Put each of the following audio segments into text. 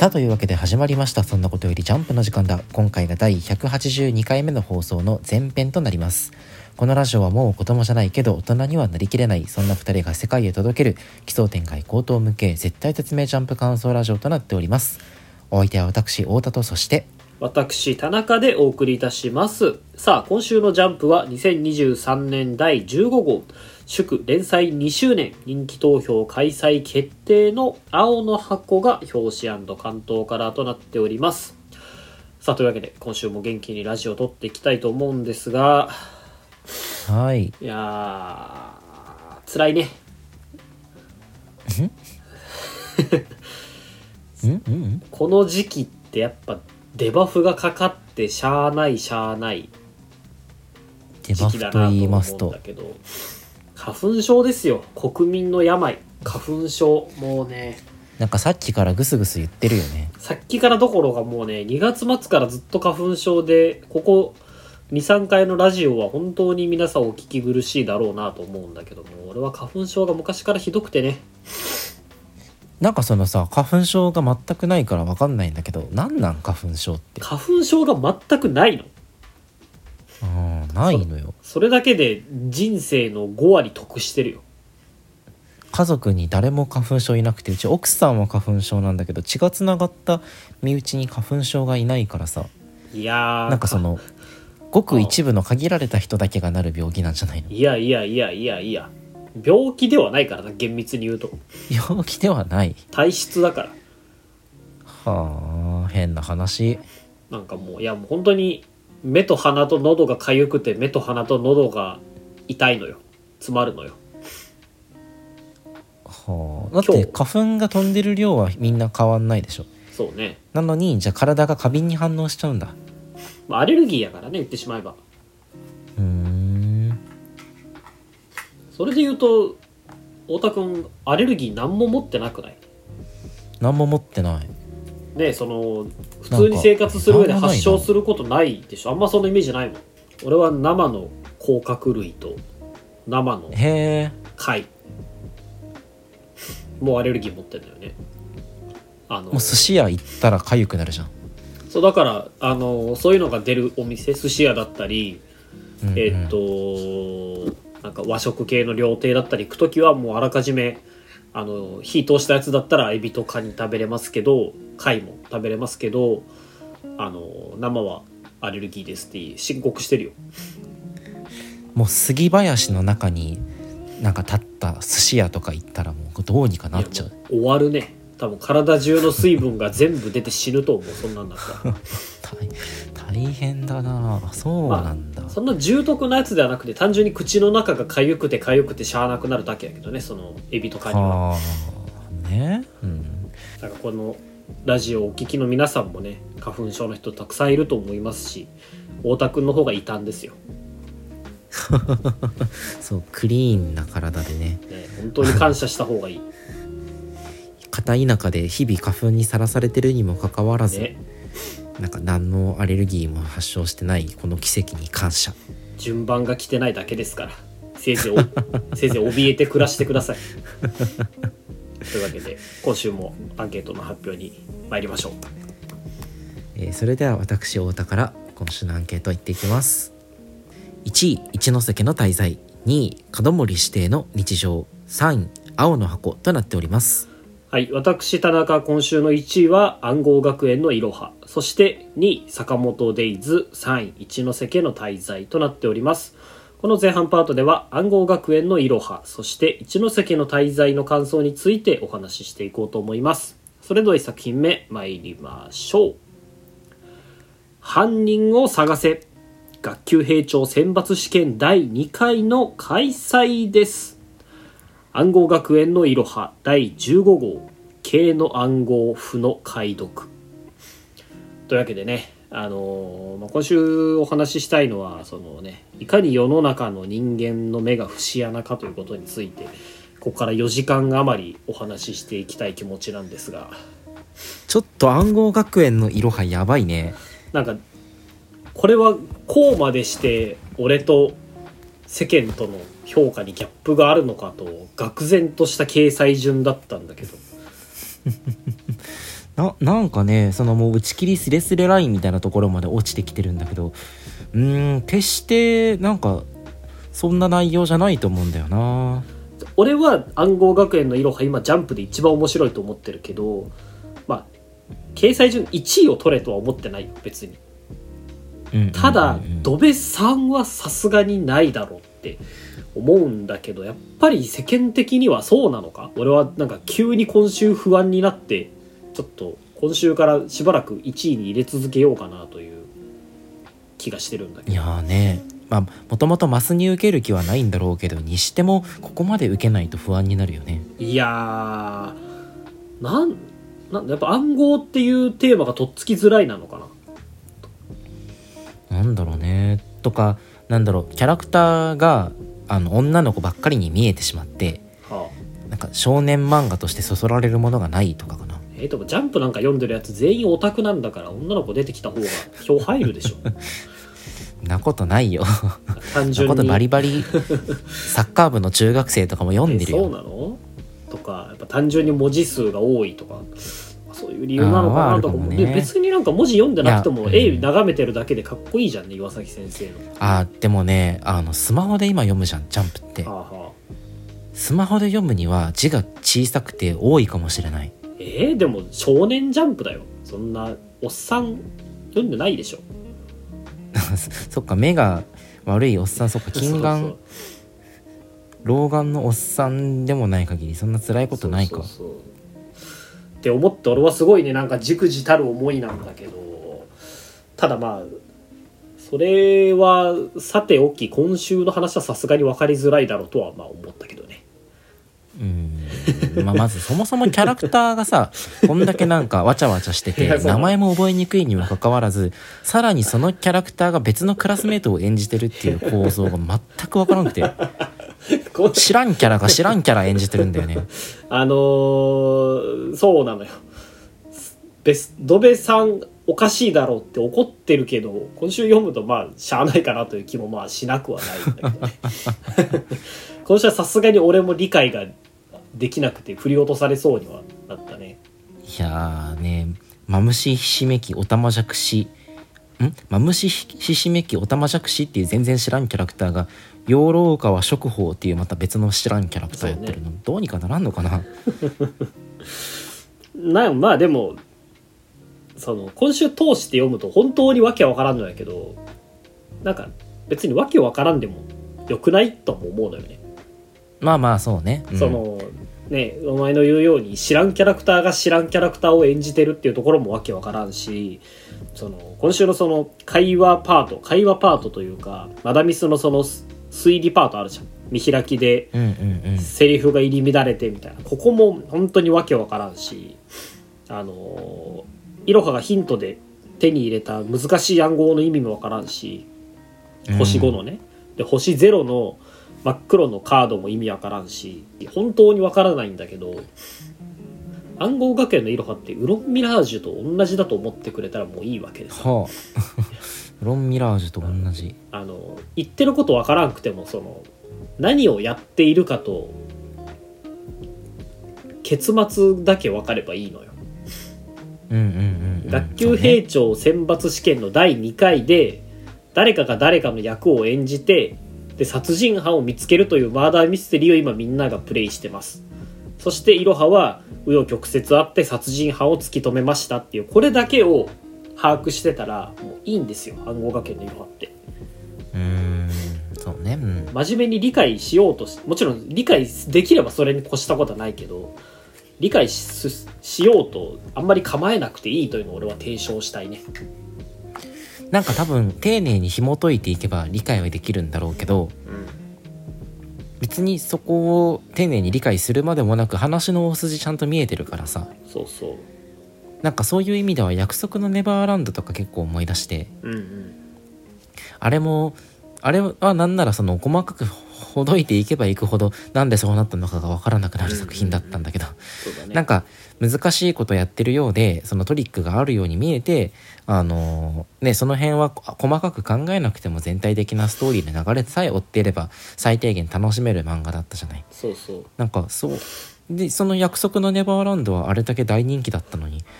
さあというわけで始まりました。そんなことよりジャンプの時間だ。今回が第182回目の放送の前編となります。このラジオはもう子供じゃないけど大人にはなりきれない、そんな2人が世界へ届ける奇想天外高等無形絶対絶命ジャンプ感想ラジオとなっております。お相手は私太田と、そして私田中でお送りいたします。さあ今週のジャンプは2023年第15号祝連載2周年人気投票開催決定の青の箱が表紙&関東カラーとなっております。さあというわけで今週も元気にラジオを撮っていきたいと思うんですが、 はい、 いやー辛いね。この時期ってやっぱデバフがかかってしゃあない時期だなと思うんだけど、花粉症ですよ。国民の病、花粉症。もうね、 なんかさっきからグスグス言ってるよね。 さっきからどころかもうね、2月末からずっと花粉症で、ここ 2,3 回のラジオは本当に皆さんお聞き苦しいだろうなと思うんだけども、俺は花粉症が昔からひどくてね。 なんかそのさ、花粉症が全くないから分かんないんだけど、なん花粉症って。 花粉症が全くないの？ ないのよ。 それだけで人生の5割得してるよ。 家族に誰も花粉症いなくて、うち奥さんは花粉症なんだけど、血がつながった身内に花粉症がいないからさ、 いやー、 なんかそのごく一部の限られた人だけがなる病気なんじゃないの？ いや病気ではないからな、厳密に言うと。 病気ではない。 体質だから。 はあ、変な話。 なんかもう、いやもう本当に目と鼻と喉が痒くて、目と鼻と喉が痛いのよ。詰まるのよ。 はあ、だって花粉が飛んでる量はみんな変わんないでしょ。 そうね。 なのにじゃあ体が過敏に反応しちゃうんだ。 まあ、アレルギーやからね、言ってしまえば。それで言うと太田くんアレルギー何も持ってなくない？ 何も持ってない。 ね、その普通に生活する上で発症することないでしょ。あんまそのイメージないもん。俺は生の甲殻類と生の貝もうアレルギー持ってるんだよね。 もう寿司屋行ったら痒くなるじゃん。 そうだからそういうのが出るお店、寿司屋だったり、なんか和食系の料亭だったり行くときはもうあらかじめ火通したやつだったらエビとカニ食べれますけど、貝も食べれますけど、生はアレルギーですって申告してるよ。 もう杉林の中になんか立った寿司屋とか行ったらもうどうにかなっちゃう。 終わるね。多分体中の水分が全部出て死ぬと思う。そんなんだったら大変だな。そうなんだ、 そんな重篤なやつではなくて、単純に口の中が痒くてしゃあなくなるだけやけどね、そのエビとカニは。 ね、 なんかこのラジオをお聞きの皆さんもね、花粉症の人たくさんいると思いますし、太田くんの方が異端ですよ。 そう、クリーンな体で ね本当に感謝した方がいい。 片田舎で日々花粉にさらされてるにもかかわらず、なんか何のアレルギーも発症してないこの奇跡に感謝。 順番が来てないだけですから、せいぜい怯えて暮らしてください。というわけで今週もアンケートの発表に参りましょう。それでは私太田から今週のアンケートいっていきます。1位一ノ関の滞在、2位門森指定の日常、3位青の箱となっております。 はい、私田中今週の1位は暗号学園のいろは、そして2位坂本デイズ、3位一ノ関の滞在となっております。この前半パートでは暗号学園のいろは、そして一ノ関の滞在の感想についてお話ししていこうと思います。それでは1作品目参りましょう。犯人を探せ、学級閉庁選抜試験第2回の開催です。暗号学園のいろは第15号、K の暗号符の解読というわけでね、今週お話ししたいのはそのね、いかに世の中の人間の目が節穴かということについて、ここから4時間余りお話ししていきたい気持ちなんですが、 ちょっと暗号学園のいろはやばいね。 なんかこれはこうまでして俺と世間との評価にギャップがあるのかと愕然とした掲載順だったんだけどなんかね、そのもう打ち切りスレスレラインみたいなところまで落ちてきてるんだけど、決してなんかそんな内容じゃないと思うんだよな。 俺は暗号学園のいろは今ジャンプで一番面白いと思ってるけど、まあ掲載順1位を取れとは思ってないよ別に。ただドベ3はさすがにないだろうって思うんだけど、やっぱり世間的にはそうなのか。俺はなんか急に今週不安になって、ちょっと今週からしばらく1位に入れ続けようかなという気がしてるんだけど。 いやーね、まあもともとマスに受ける気はないんだろうけど、にしてもここまで受けないと不安になるよね。 いやー、なんやっぱ暗号っていうテーマがとっつきづらいなのかな。 なんだろうね、とかなんだろう、キャラクターが女の子ばっかりに見えてしまって、なんか少年漫画としてそそられるものがないとかかな。 でもジャンプなんか読んでるやつ全員オタクなんだから、女の子出てきた方が票入るでしょ。 なことないよ。 単純になことバリバリサッカー部の中学生とかも読んでるよ。 そうなのとか、やっぱ単純に文字数が多いとか、そういう理由なのかなとかも、ね、で別になんか文字読んでなくても絵眺めてるだけでかっこいいじゃんね、岩崎先生の。 でもね、スマホで今読むじゃん、ジャンプって。スマホで読むには字が小さくて多いかもしれない。 でも少年ジャンプだよ、そんなおっさん読んでないでしょ。 そっか、目が悪いおっさん、そっか、近眼老眼のおっさんでもない限りそんな辛いことないか。 そうって思って、俺はすごいね、なんか忸怩たる思いなんだけど、ただまあそれはさておき、今週の話はさすがに分かりづらいだろうとはまあ思ったけどね。 まずそもそもキャラクターがさこんだけなんかわちゃわちゃしてて名前も覚えにくいにもかかわらず、さらにそのキャラクターが別のクラスメートを演じてるっていう構造が全く分からなくて知らんキャラが知らんキャラ演じてるんだよね。 そうなのよ。ドベさんおかしいだろうって怒ってるけど、今週読むとまあしゃあないかなという気もまあしなくはないんだけどね。今週はさすがに俺も理解ができなくて振り落とされそうにはなったね。 いやーね、マムシひしめきおたまじゃくしマムシひしめきおたまじゃくしっていう全然知らんキャラクターが養老川食宝っていうまた別の知らんキャラクターやってるの、ね、どうにかならんのかな。 まあでもその今週通して読むと本当にわけわからんのやけど、なんか別にわけわからんでもよくないとも思うのよね。 まあそうね、 そのね、お前の言うように知らんキャラクターが知らんキャラクターを演じてるっていうところもわけわからんし、その今週のその会話パートというか、マダミスのその推理パートあるじゃん、見開きでセリフが入り乱れてみたいな、ここも本当にわけわからんし、イロハがヒントで手に入れた難しい暗号の意味もわからんし、星5のね、で星0の真っ黒のカードも意味わからんし、本当にわからないんだけど、暗号学園のイロハってウロンミラージュと同じだと思ってくれたらもういいわけですよ。 ウロンミラージュと同じ。 言ってることわからんくても、その何をやっているかと結末だけ分かればいいのよ。学級兵長選抜試験の第2回で誰かが誰かの役を演じて、で殺人犯を見つけるというマーダーミステリーを今みんながプレイしてます。そしてイロハは紆余曲折あって殺人犯を突き止めましたっていう、これだけを把握してたらもういいんですよ、暗号学園のイロハって。 そうね、 真面目に理解しようともちろん理解できればそれに越したことはないけど、理解 しようとあんまり構えなくていいというのを俺は提唱したいね。 なんか多分丁寧に紐解いていけば理解はできるんだろうけど、別にそこを丁寧に理解するまでもなく話の大筋ちゃんと見えてるからさ。 そうそう、 なんかそういう意味では約束のネバーランドとか結構思い出して、あれはなんならその細かくほどいていけばいくほどなんでそうなったのかが分からなくなる作品だったんだけど、なんか難しいことやってるようでそのトリックがあるように見えて、その辺は細かく考えなくても全体的なストーリーの流れさえ追っていれば最低限楽しめる漫画だったじゃない。なんかそうで、その約束のネバーランドはあれだけ大人気だったのに、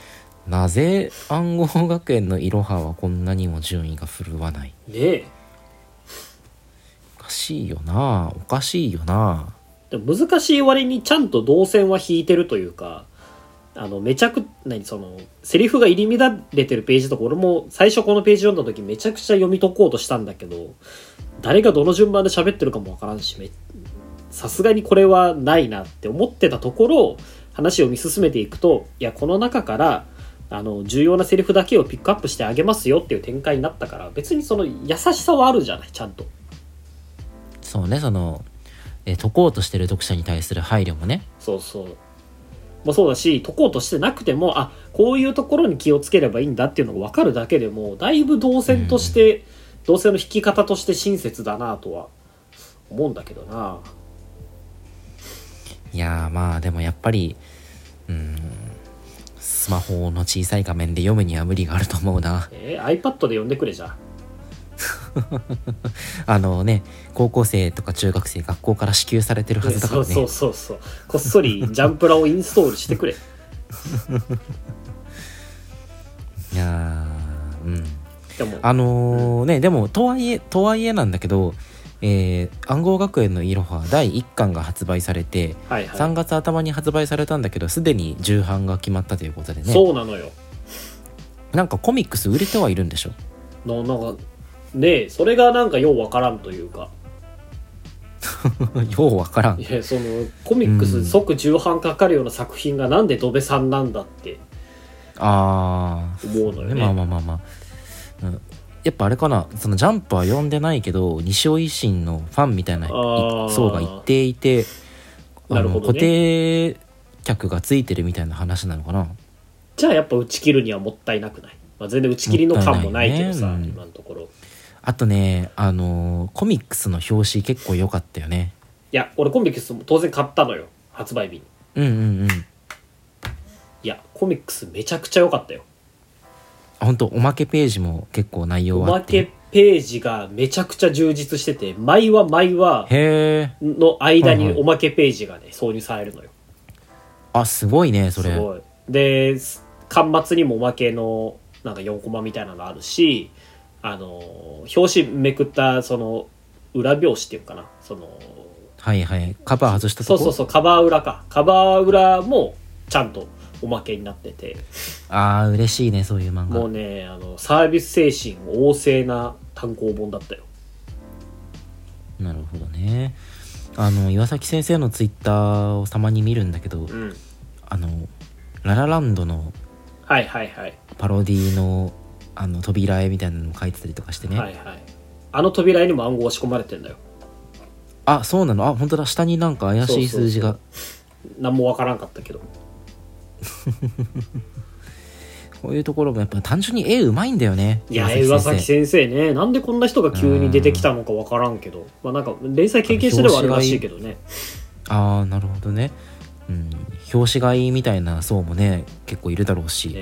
なぜ暗号学園のいろははこんなにも順位が振るわない。 ねえ。 おかしいよな、おかしいよな。 でも難しい割にちゃんと動線は引いてるというか、めちゃくセリフが入り乱れてるページとか、俺も最初このページ読んだ時めちゃくちゃ読み解こうとしたんだけど、誰がどの順番で喋ってるかもわからんし、さすがにこれはないなって思ってたところ、話を見進めていくと、いやこの中から重要なセリフだけをピックアップしてあげますよっていう展開になったから、別にその優しさはあるじゃない、ちゃんと。 そうね、解こうとしてる読者に対する配慮もね。 そうそうもそうだし、解こうとしてなくても、あ、こういうところに気をつければいいんだっていうのが分かるだけでも、だいぶ動線として、動線の引き方として親切だなとは思うんだけどな。 いやまあでもやっぱりスマホの小さい画面で読むには無理があると思うな。 iPad で読んでくれじゃ高校生とか中学生学校から支給されてるはずだからね。 そうこっそりジャンプラをインストールしてくれいやでもでもとはいえなんだけど、暗号学園のいろは第1巻が発売されて、3月頭に発売されたんだけど、すでに重版が決まったということでね。 そうなのよ。 なんかコミックス売れてはいるんでしょ。 なんかねえ、それがなんかようわからんというかようわからん。 いや、そのコミックス即重版かかるような作品がなんでドベさんなんだって思うのよね。 まあ、やっぱあれかな、そのジャンプは読んでないけど西尾維新のファンみたいな層が一定いて、 なるほどね、 固定客がついてるみたいな話なのかな。 じゃあやっぱ打ち切るにはもったいなくない、全然打ち切りの感もないけどさ、 ね、 今のところ。 あとね、コミックスの表紙結構良かったよね。 いや俺コミックスも当然買ったのよ、発売日に。いやコミックスめちゃくちゃ良かったよ。 本当、おまけページも結構内容あって、 おまけページがめちゃくちゃ充実してて、毎話の間におまけページがね、挿入されるのよ。 あ、すごいねそれ。 すごい。で巻末にもおまけのなんか4コマみたいなのあるし、表紙めくったその裏表紙っていうかな、 カバー外したとこ。 そうカバー裏もちゃんとおまけになってて、 嬉しいね、そういう漫画。 もうね、サービス精神旺盛な単行本だったよ。 なるほどね。岩崎先生のツイッターをたまに見るんだけど、ララランドのパロディの扉絵みたいなのも書いてたりとかしてね。 扉絵にも暗号が仕込まれてんだよ。 あ、そうなの。本当だ、下になんか怪しい数字が。 何もわからんかったけどこういうところもやっぱ単純に絵うまいんだよね。 いや、岩崎先生ね、なんでこんな人が急に出てきたのかわからんけど、なんか連載経験してればあるらしいけどね。 なるほどね。表紙買いみたいな層もね結構いるだろうし、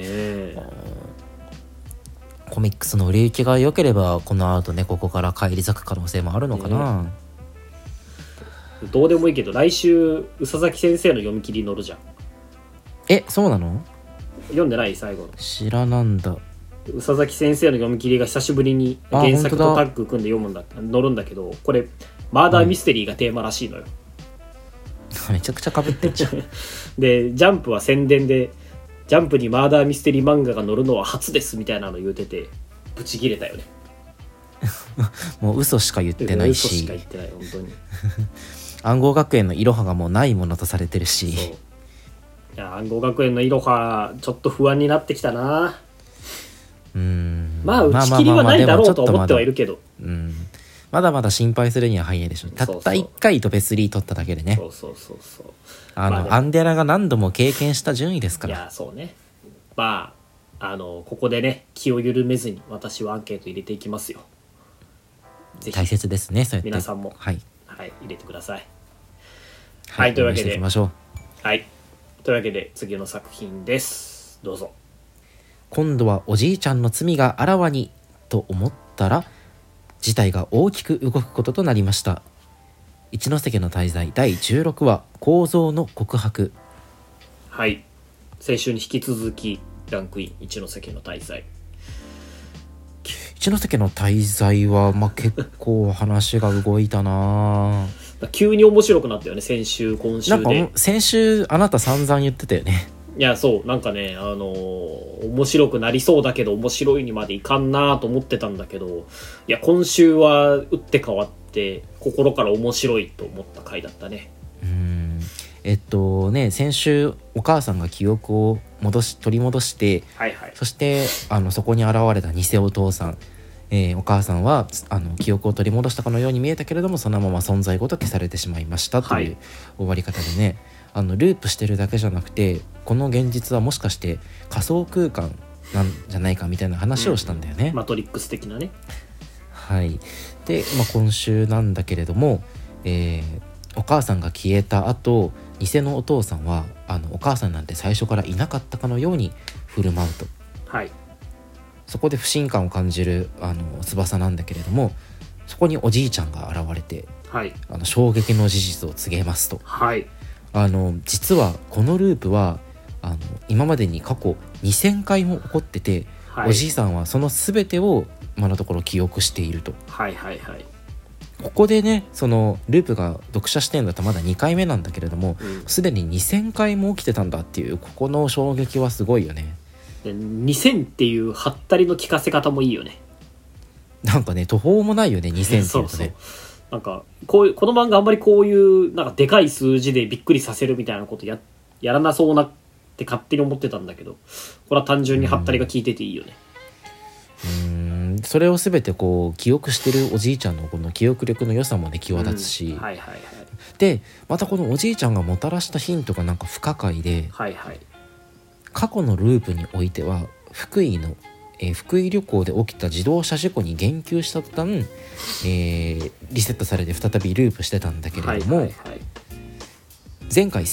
コミックスの売れ行きが良ければこの後ね、ここから返り咲く可能性もあるのかな。 どうでもいいけど、来週宇佐崎先生の読み切り載るじゃん。 そうなの？ 読んでない？最後の知らなんだ。 宇佐崎先生の読み切りが久しぶりに原作とタッグ組んで載るんだけど、これマーダーミステリーがテーマらしいのよ。 めちゃくちゃ被ってんじゃんでジャンプは宣伝で、ジャンプにマーダーミステリー漫画が載るのは初ですみたいなの言うてて、ブチギレたよねもう嘘しか言ってないし、 嘘しか言ってない、本当に暗号学園のいろはがもうないものとされてるし。 いや、暗号学園のいろはちょっと不安になってきたな。まあ打ち切りはないだろうと思ってはいるけど、 まだまだ心配するには早いでしょ。たった1回とベスリー取っただけでね。アンデラが何度も経験した順位ですから。 いや、そうね。ここでね、気を緩めずに私はアンケート入れていきますよ。ぜひ大切ですね、そうやって皆さんも入れてください。 というわけで、 というわけで次の作品です。どうぞ。 今度はおじいちゃんの罪があらわにと思ったら、事態が大きく動くこととなりました。一ノ関の大罪第16話、構造の告白。 先週に引き続きランクイン一ノ関の大罪。 一ノ関の大罪は、結構話が動いたな。 急に面白くなったよね、先週今週で。 なんか先週あなた散々言ってたよね。 いや、そうなんかね、面白くなりそうだけど面白いにまでいかんなと思ってたんだけど、いや今週は打って変わって心から面白いと思った回だったね。 先週お母さんが記憶を取り戻して、 はいはい、 そしてそこに現れた偽お父さん、お母さんは記憶を取り戻したかのように見えたけれども、そのまま存在ごと消されてしまいましたという終わり方でね、ループしてるだけじゃなくて、この現実はもしかして仮想空間なんじゃないかみたいな話をしたんだよね、 マトリックス的なね。 はい。で、今週なんだけれども、お母さんが消えた後、偽のお父さんはお母さんなんて最初からいなかったかのように振る舞うと、 はい、 そこで不信感を感じる翼なんだけれども、そこにおじいちゃんが現れて、 はい、 衝撃の事実を告げますと、 はい、 実はこのループは今までに過去2000回も起こってて、 はい、 おじいさんはその全てを今のところ記憶していると。 はいはいはい。 ここでね、そのループが読者視点だとまだ2回目なんだけれども、すでに2000回も起きてたんだっていう、ここの衝撃はすごいよね。 2000っていうハったりの聞かせ方もいいよね。 なんかね、途方もないよね、2000っていうとね。 そうなんかこの漫画あんまりこういうなんかでかい数字でびっくりさせるみたいなことやらなそうなって勝手に思ってたんだけど、これは単純にハったりが効いてていいよね。 それを全て記憶してるおじいちゃんのこの記憶力の良さもね際立つし、 はいはいはい、 でまたこのおじいちゃんがもたらしたヒントがなんか不可解で、 はいはい、 過去のループにおいては福井旅行で起きた自動車事故に言及した途端、リセットされて再びループしてたんだけれども、 はいはいはい、 前回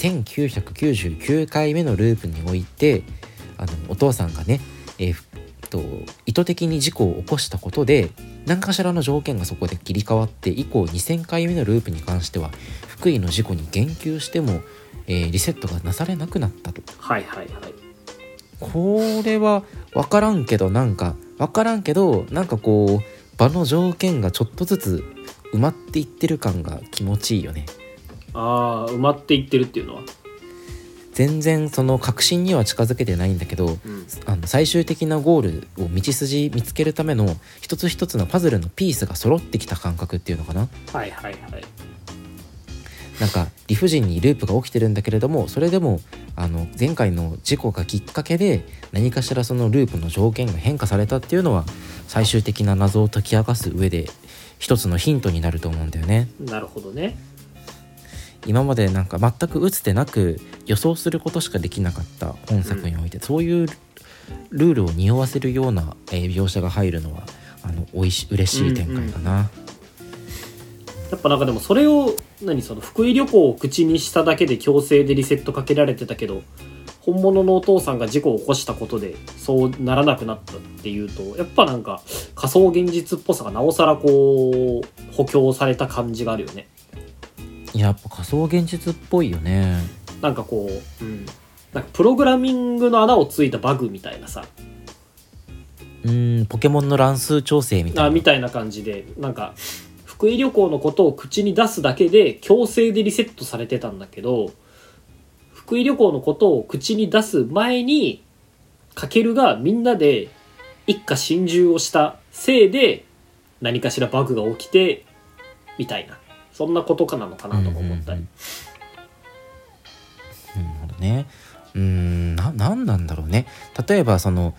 1999回目のループにおいてお父さんがね、意図的に事故を起こしたことで何かしらの条件がそこで切り替わって、以降2000回目のループに関しては福井の事故に言及しても、リセットがなされなくなったと。 はいはいはい。 これは分からんけどなんか場の条件がちょっとずつ埋まっていってる感が気持ちいいよね。 埋まっていってるっていうのは全然その確信には近づけてないんだけど、最終的なゴールを道筋見つけるための一つ一つのパズルのピースが揃ってきた感覚っていうのかな。 はいはいはい。 なんか理不尽にループが起きてるんだけれども、それでも前回の事故がきっかけで何かしらそのループの条件が変化されたっていうのは、最終的な謎を解き明かす上で一つのヒントになると思うんだよね。 なるほどね。 今までなんか全く打つてなく予想することしかできなかった本作において、そういうルールを匂わせるような描写が入るのは嬉しい展開かな。 やっぱなんかでもそれをその福井旅行を口にしただけで強制でリセットかけられてたけど、本物のお父さんが事故を起こしたことでそうならなくなったっていうと、やっぱなんか仮想現実っぽさがなおさら補強された感じがあるよね。 やっぱ仮想現実っぽいよね。 なんかなんかプログラミングの穴をついたバグみたいなさ、 ポケモンの乱数調整みたいな感じで、なんか福井旅行のことを口に出すだけで強制でリセットされてたんだけど、福井旅行のことを口に出す前にカケルがみんなで一家心中をしたせいで何かしらバグが起きてみたいな、そんなことかなのかなとか思ったり。 なるほどね。なんなんだろうね。例えばその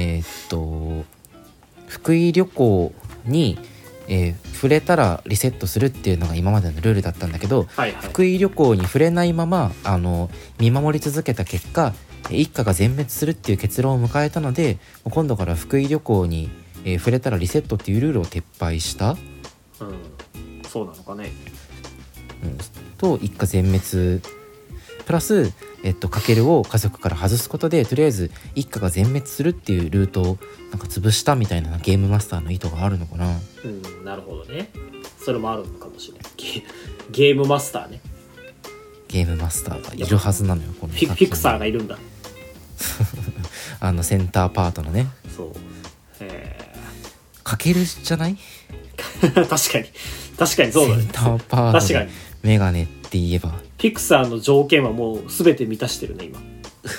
福井旅行に、触れたらリセットするっていうのが今までのルールだったんだけど、 はいはい、 福井旅行に触れないまま見守り続けた結果一家が全滅するっていう結論を迎えたので、今度から福井旅行に、触れたらリセットっていうルールを撤廃した、 そうなのかね。 と一家全滅プラスカケルを家族から外すことでとりあえず一家が全滅するっていうルートをなんか潰したみたいなゲームマスターの意図があるのかな。 なるほどね。それもあるのかもしれない。ゲームマスターね。 ゲームマスターがいるはずなのよ、このフィクサーがいるんだ。 センターパートのねそうかけるじゃない確かにそうだね。 センターパートの確かにメガネって言えばピクサーの条件はもう全て満たしてるね今。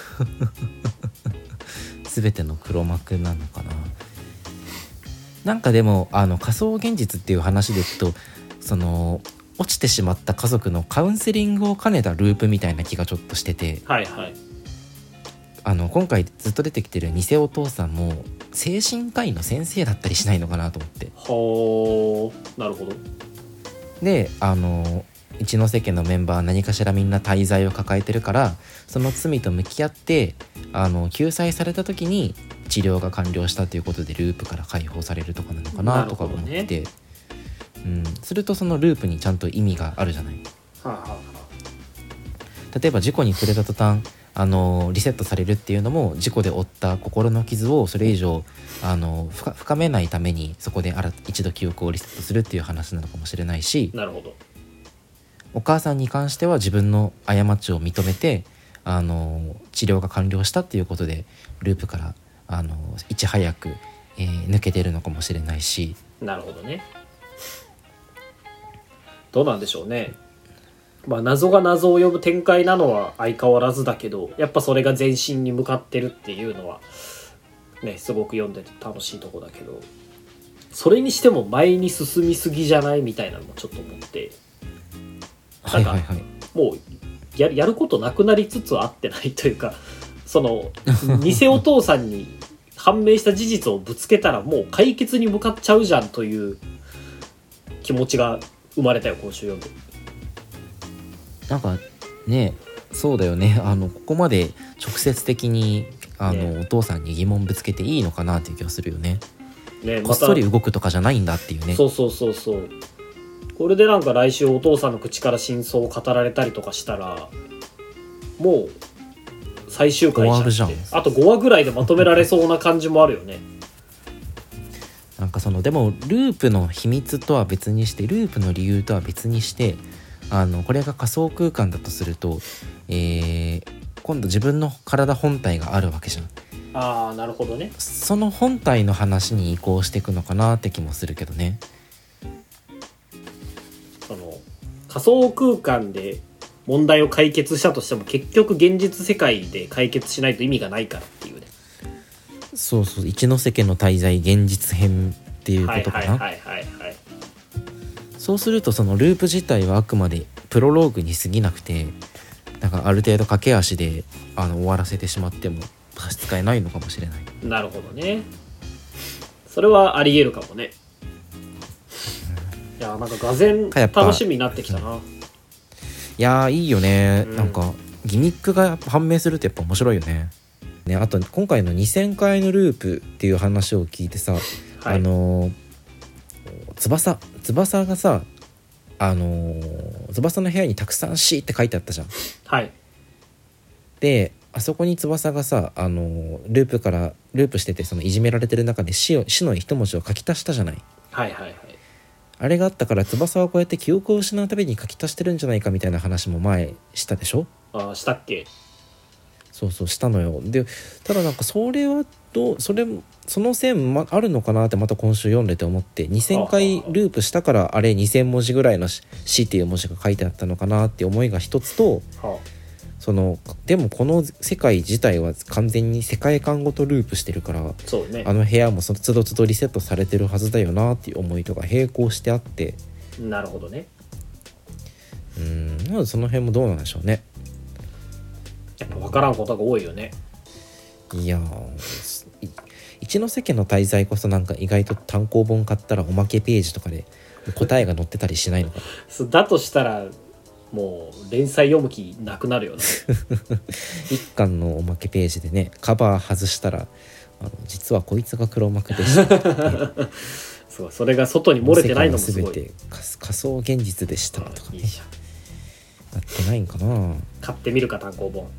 全ての黒幕なのかな。なんかでも仮想現実っていう話でいくとその落ちてしまった家族のカウンセリングを兼ねたループみたいな気がちょっとしてて、 はいはい。 今回ずっと出てきてる偽お父さんも精神科医の先生だったりしないのかなと思って。 はあ、なるほど。 で一ノ瀬家のメンバー何かしらみんな大罪を抱えてるからその罪と向き合って救済された時に治療が完了したということでループから解放されるとかなのかなとか思って、ね、するとそのループにちゃんと意味があるじゃない。 はあはあ、例えば事故に触れた途端リセットされるっていうのも事故で負った心の傷をそれ以上深めないためにそこで一度記憶をリセットするっていう話なのかもしれないし、 なるほど。 お母さんに関しては自分の過ちを認めて治療が完了したっていうことでループからいち早く、抜けてるのかもしれないし。 なるほどね。どうなんでしょうね。まあ謎が謎を呼ぶ展開なのは相変わらずだけど、やっぱそれが前進に向かってるっていうのはねすごく読んでて楽しいとこだけど、それにしても前に進みすぎじゃないみたいなのもちょっと思って、なんかもうやることなくなりつつあってないというか、その偽お父さんに判明した事実をぶつけたらもう解決に向かっちゃうじゃんという気持ちが生まれたよ今週読んで。 なんかねそうだよねここまで直接的にお父さんに疑問ぶつけていいのかなっていう気がするよね。こっそり動くとかじゃないんだっていうね。 そうこれでなんか来週お父さんの口から真相を語られたりとかしたらもう最終回じゃんって、あと5話ぐらいでまとめられそうな感じもあるよね。 なんかでもループの秘密とは別にしてループの理由とは別にしてこれが仮想空間だとすると、今度自分の体本体があるわけじゃん。 ああなるほどね。 その本体の話に移行していくのかなって気もするけどね。 その仮想空間で問題を解決したとしても結局現実世界で解決しないと意味がないからっていうね。 そう一ノ瀬家の滞在現実編っていうことかな。そうするとそのループ自体はあくまでプロローグに過ぎなくて、なんかある程度駆け足で終わらせてしまっても差し支えないのかもしれない。 なるほどね。それはありえるかもね。いやなんかがぜん楽しみになってきたな。 いやいいよね、なんかギミックが判明するとやっぱ面白いよね。あと今回の2000回のループっていう話を聞いてさ、はい、翼がさ翼の部屋にたくさん死って書いてあったじゃん。 はい。 であそこに翼がさループしててそのいじめられてる中で死の一文字を書き足したじゃない。 はいはいはい。 あれがあったから翼はこうやって記憶を失うために書き足してるんじゃないかみたいな話も前したでしょ。 あしたっけ。 そうしたのよ。でただなんかそれはその線、あるのかなってまた今週読んでて思って、2000回ループしたからあれ2000文字ぐらいの死っていう文字が書いてあったのかなって思いが一つと、でもこの世界自体は完全に世界観ごとループしてるから、 そうね、 部屋もその都度都度リセットされてるはずだよなっていう思いとか並行してあって。 なるほどね。 まずその辺もどうなんでしょうね。 やっぱ分からんことが多いよね。 いや一ノ瀬家の滞在こそなんか意外と単行本買ったらおまけページとかで答えが載ってたりしないのかな。 だとしたらもう連載読む気なくなるよね。 一巻のおまけページでねカバー外したら実はこいつが黒幕でした、 そうそれが外に漏れてないのもすごい。 全て仮想現実でしたとかね。いいじゃん。なってないんかな。 買ってみるか単行本。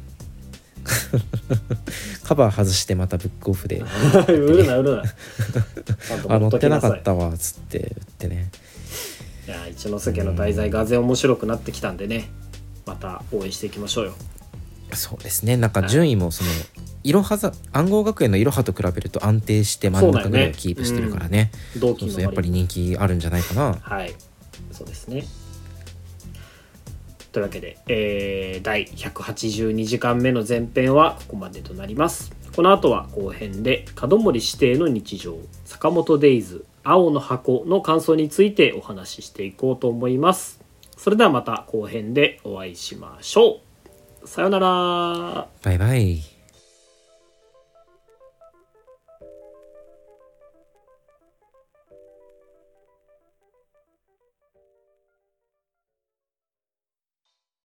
カバー外してまたブックオフで売るな載ってなかったわっつって売ってね。 いや一ノ瀬家の題材がぜ面白くなってきたんでね、また応援していきましょうよ。 そうですね。なんか順位もそのいろは暗号学園のいろはと比べると安定して真ん中ぐらいをキープしてるからね。 同期のそうそうやっぱり人気あるんじゃないかな。 はい、そうですね。というわけで、第182時間目の前編はここまでとなります。この後は後編で門森指定の日常、坂本デイズ、青の箱の感想についてお話ししていこうと思います。それではまた後編でお会いしましょう。さようなら。 バイバイ。